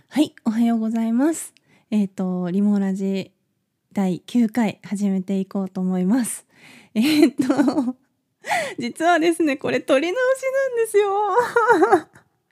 はい、おはようございます。リモラジ第9回始めていこうと思います。実はですね、これ撮り直しなんですよ。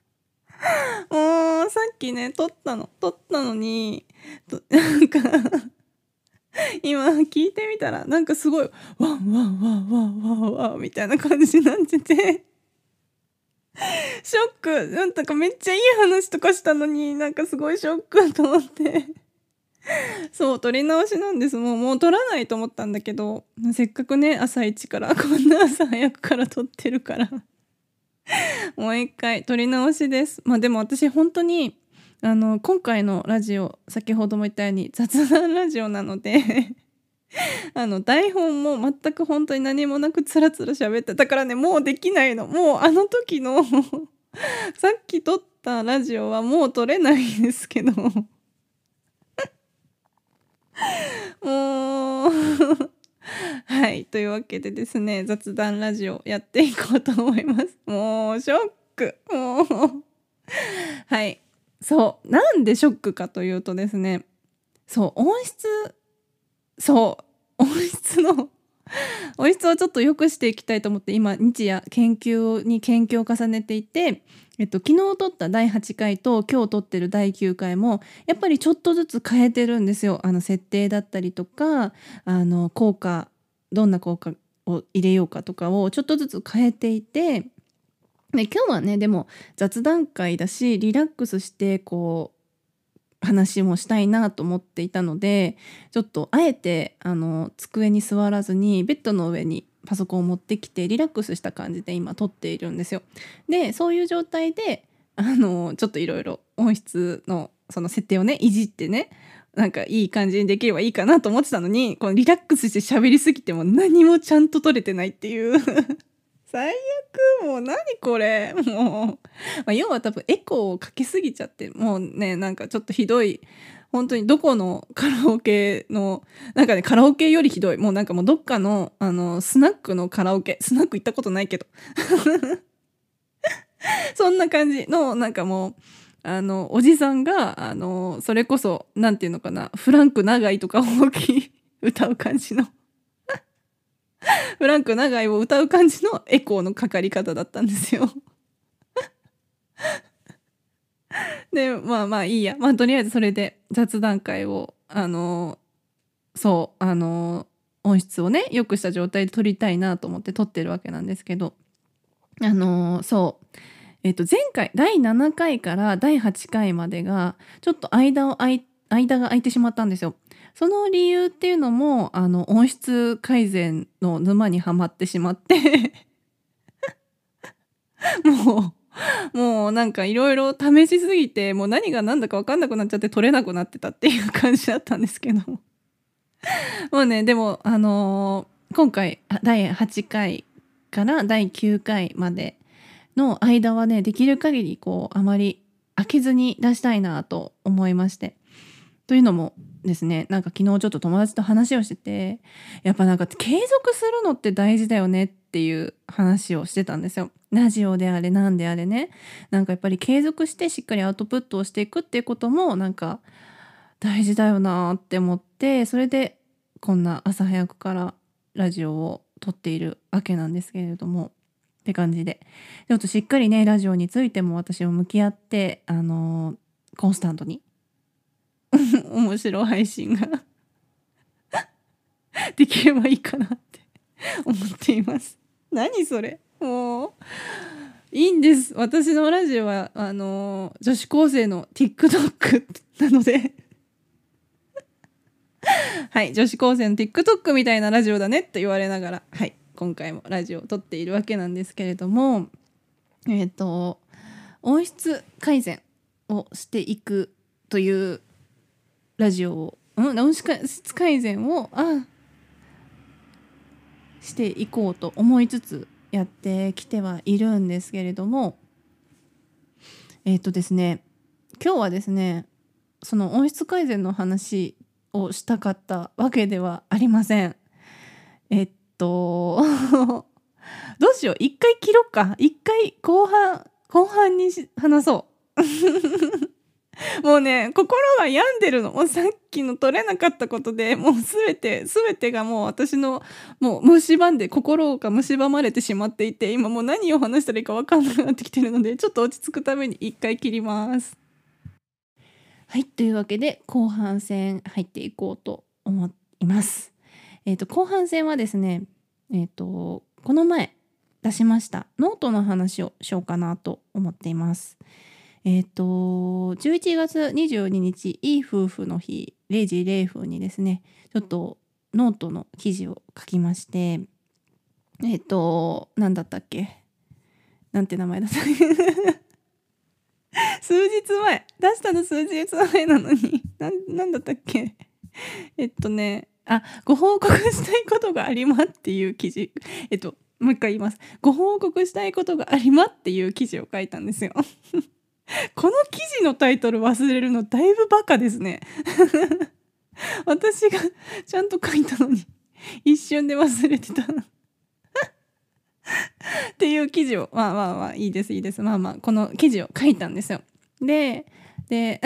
もうさっきね、撮ったのに、なんか今聞いてみたら、なんかすごいワンワンワンワンワンワンみたいな感じになってて、ショック。なんとかめっちゃいい話とかしたのに、なんかすごいショックと思って。そう、撮り直しなんです。もう撮らないと思ったんだけど、せっかくね、朝一からこんな朝早くから撮ってるからもう一回撮り直しです。でも私本当に今回のラジオ、先ほども言ったように雑談ラジオなので台本も全く本当に何もなくつらつら喋ってだからね、もうできないの。もうあの時のさっき撮ったラジオはもう撮れないんですけどもうはい、というわけでですね、雑談ラジオやっていこうと思います。もうショック。もうはい。そう、なんでショックかというとですね、音質の音質をちょっと良くしていきたいと思って今日夜研究を重ねていて、昨日撮った第8回と今日撮ってる第9回もやっぱりちょっとずつ変えてるんですよ。設定だったりとか効果、どんな効果を入れようかとかをちょっとずつ変えていて、で今日はねでも雑談会だしリラックスしてこう話もしたいなと思っていたので、ちょっとあえて机に座らずにベッドの上にパソコンを持ってきてリラックスした感じで今撮っているんですよ。でそういう状態でちょっといろいろ音質のその設定をねいじってね、なんかいい感じにできればいいかなと思ってたのに、このリラックスして喋りすぎても何もちゃんと撮れてないっていう最悪。もう何これもう、要は多分エコーをかけすぎちゃって、もうねなんかちょっとひどい。本当にどこのカラオケのなんかね、カラオケよりひどい。もうなんかもうどっかのスナックのカラオケ、スナック行ったことないけどそんな感じのなんかもうおじさんがそれこそなんていうのかな、フランク長いとかを歌う感じのフランク長いを歌う感じのエコーのかかり方だったんですよ。でまあいいや、とりあえずそれで雑談会を音質をね良くした状態で撮りたいなと思って撮ってるわけなんですけど、前回第7回から第8回までがちょっと間が空いてしまったんですよ。その理由っていうのも音質改善の沼にはまってしまってもうなんかいろいろ試しすぎてもう何が何だか分かんなくなっちゃって撮れなくなってたっていう感じだったんですけどもうねでも今回第8回から第9回までの間はねできる限りこうあまり開けずに出したいなと思いまして、というのもですね、なんか昨日ちょっと友達と話をしてて、やっぱなんか継続するのって大事だよねっていう話をしてたんですよ。ラジオであれなんであれね、なんかやっぱり継続してしっかりアウトプットをしていくっていうこともなんか大事だよなって思って、それでこんな朝早くからラジオを撮っているわけなんですけれども、って感じでちょっとしっかりねラジオについても私も向き合ってコンスタントに面白い配信ができればいいかなって思っています。何それ、もういいんです。私のラジオは女子高生の TikTok なのではい、女子高生の TikTok みたいなラジオだねって言われながら、はい、今回もラジオを撮っているわけなんですけれども、音質改善をしていくというラジオを、音質改善をしていこうと思いつつやってきてはいるんですけれども、ですね、今日はですね、その音質改善の話をしたかったわけではありません。どうしよう、一回切ろっか。一回後半に話そうもうね、心が病んでるの。もうさっきの取れなかったことで、もうすべてがもう私のもう蝕んで、心が蝕まれてしまっていて、今もう何を話したらいいか分かんなくなってきてるので、ちょっと落ち着くために一回切ります。はい、というわけで後半戦入っていこうと思います。後半戦はですね、この前出しましたノートの話をしようかなと思っています。11月22日いい夫婦の日0時0分にですね、ちょっとノートの記事を書きまして、なんだったっけ、なんて名前だったっけ数日前出したの、数日前なのになんだったっけ、ご報告したいことがありまっていう記事、もう一回言います。ご報告したいことがありまっていう記事を書いたんですよこの記事のタイトル忘れるのだいぶバカですね私がちゃんと書いたのに一瞬で忘れてたっていう記事をまあいいですこの記事を書いたんですよ。で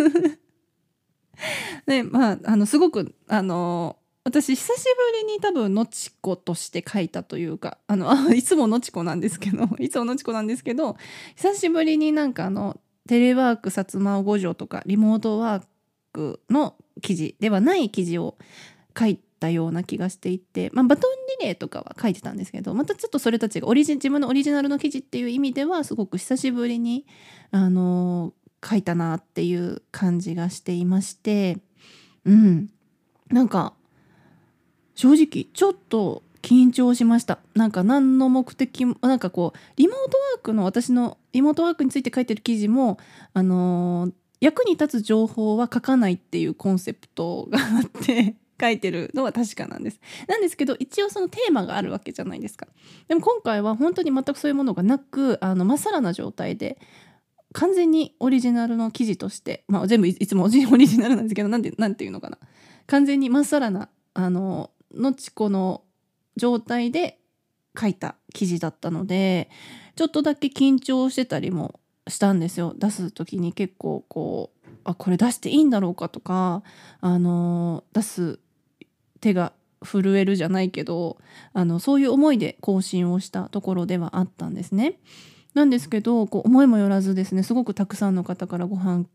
すごく私久しぶりに多分のちことして書いたというか、いつものちこなんですけど久しぶりになんかテレワーク薩摩五条とかリモートワークの記事ではない記事を書いたような気がしていて、バトンリレーとかは書いてたんですけど、またちょっとそれたちが自分のオリジナルの記事っていう意味ではすごく久しぶりに書いたなっていう感じがしていまして、なんか正直ちょっと緊張しました。なんか何の目的もなんかこう私のリモートワークについて書いてる記事も役に立つ情報は書かないっていうコンセプトがあって書いてるのは確かなんですけど、一応そのテーマがあるわけじゃないですか。でも今回は本当に全くそういうものがなく、まっさらな状態で完全にオリジナルの記事として、全部いつもオリジナルなんですけど、なんていうのかな、完全にまっさらなのちこの状態で書いた記事だったので、ちょっとだけ緊張してたりもしたんですよ。出す時に結構これ出していいんだろうかとか、出す手が震えるじゃないけど、そういう思いで更新をしたところではあったんですね。なんですけど、思いもよらずですね、すごくたくさんの方から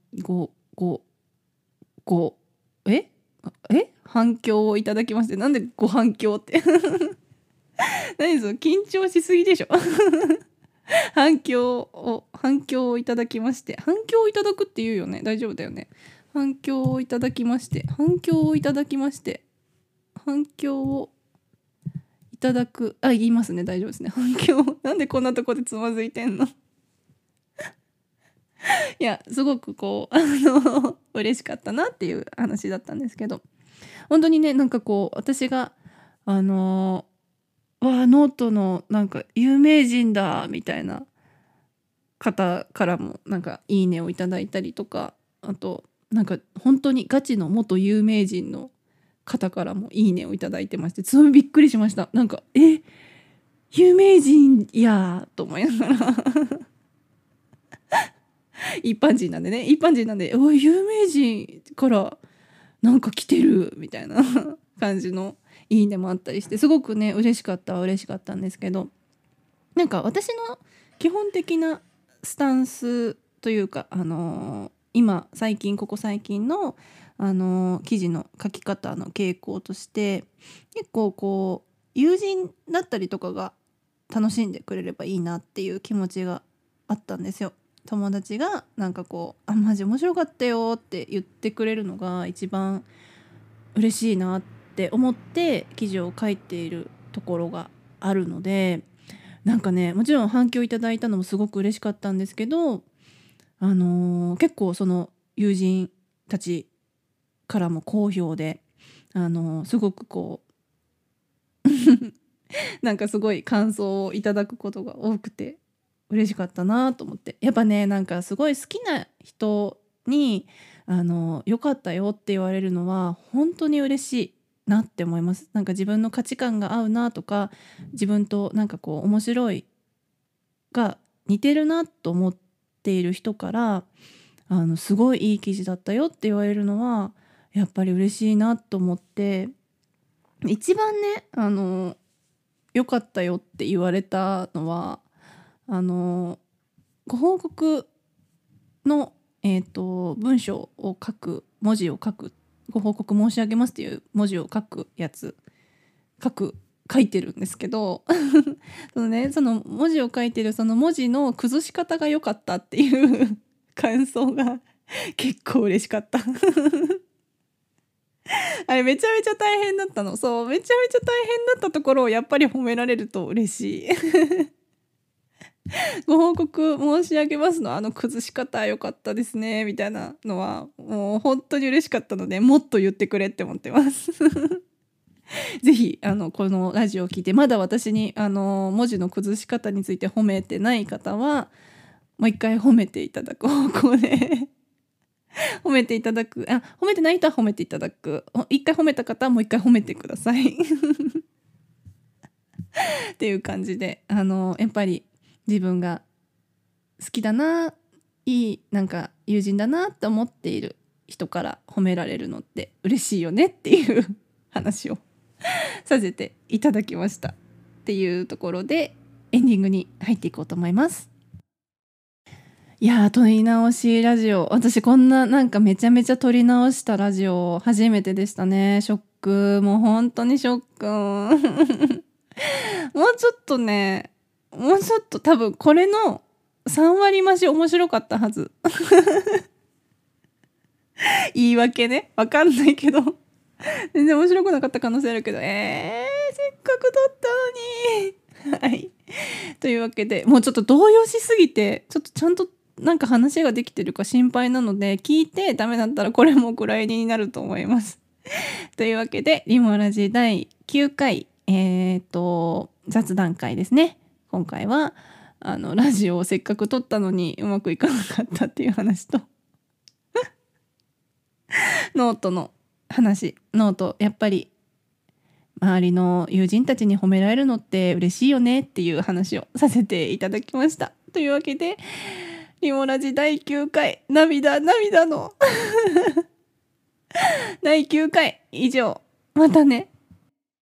反響をいただきまして、なんでご反響って何その緊張しすぎでしょ反響をいただきまして、反響をいただくって言うよね、大丈夫だよね。反響をいただきまして反響をいただく、言いますね、大丈夫ですね。反響なんでこんなとこでつまずいてんのいや、すごく嬉しかったなっていう話だったんですけど、本当にね、なんか私がノートのなんか有名人だみたいな方からもなんかいいねをいただいたりとか、あとなんか本当にガチの元有名人の方からもいいねをいただいてまして、すごいびっくりしました。なんか有名人やと思いながら一般人なんで有名人からなんか来てるみたいな感じのいいねもあったりして、すごくね嬉しかったんですけど、なんか私の基本的なスタンスというか、ここ最近の、記事の書き方の傾向として、結構友人だったりとかが楽しんでくれればいいなっていう気持ちがあったんですよ。友達がなんかマジ面白かったよって言ってくれるのが一番嬉しいなって思って記事を書いているところがあるので、なんかね、もちろん反響いただいたのもすごく嬉しかったんですけど、結構その友人たちからも好評で、すごくなんかすごい感想をいただくことが多くて嬉しかったなと思って、やっぱね、なんかすごい好きな人に良かったよって言われるのは本当に嬉しいなって思います。なんか自分の価値観が合うなとか、自分となんか面白いが似てるなと思っている人からすごいいい記事だったよって言われるのはやっぱり嬉しいなと思って、一番ね良かったよって言われたのはご報告の、文章を書く文字を書く、ご報告申し上げますっていう文字を書くやつ書いてるんですけどその文字を書いてるその文字の崩し方が良かったっていう感想が結構嬉しかったあれめちゃめちゃ大変だったの。そう、めちゃめちゃ大変だったところをやっぱり褒められると嬉しいご報告申し上げますの崩し方良かったですねみたいなのはもう本当に嬉しかったので、もっと言ってくれって思ってますぜひこのラジオを聞いてまだ私に文字の崩し方について褒めてない方はもう一回褒めていただく方向で褒めていただく、褒めてない人は褒めていただく、一回褒めた方はもう一回褒めてくださいっていう感じでやっぱり自分が好きだな、なんか友人だなって思っている人から褒められるのって嬉しいよねっていう話をさせていただきましたっていうところでエンディングに入っていこうと思います。いや撮り直しラジオ、私こんななんかめちゃめちゃ撮り直したラジオ初めてでしたね。ショック、もう本当にショックもうちょっとね、もうちょっと多分これの3割増し面白かったはず言い訳ね、わかんないけど全然面白くなかった可能性あるけど、せっかく撮ったのにはいというわけで、もうちょっと動揺しすぎてちょっとちゃんとなんか話ができてるか心配なので、聞いてダメだったらこれもお蔵入りになると思いますというわけでリモラジ第9回雑談会ですね。今回はラジオをせっかく撮ったのにうまくいかなかったっていう話とノートの話。ノートやっぱり周りの友人たちに褒められるのって嬉しいよねっていう話をさせていただきました。というわけでリモラジ第9回涙の第9回以上。またね。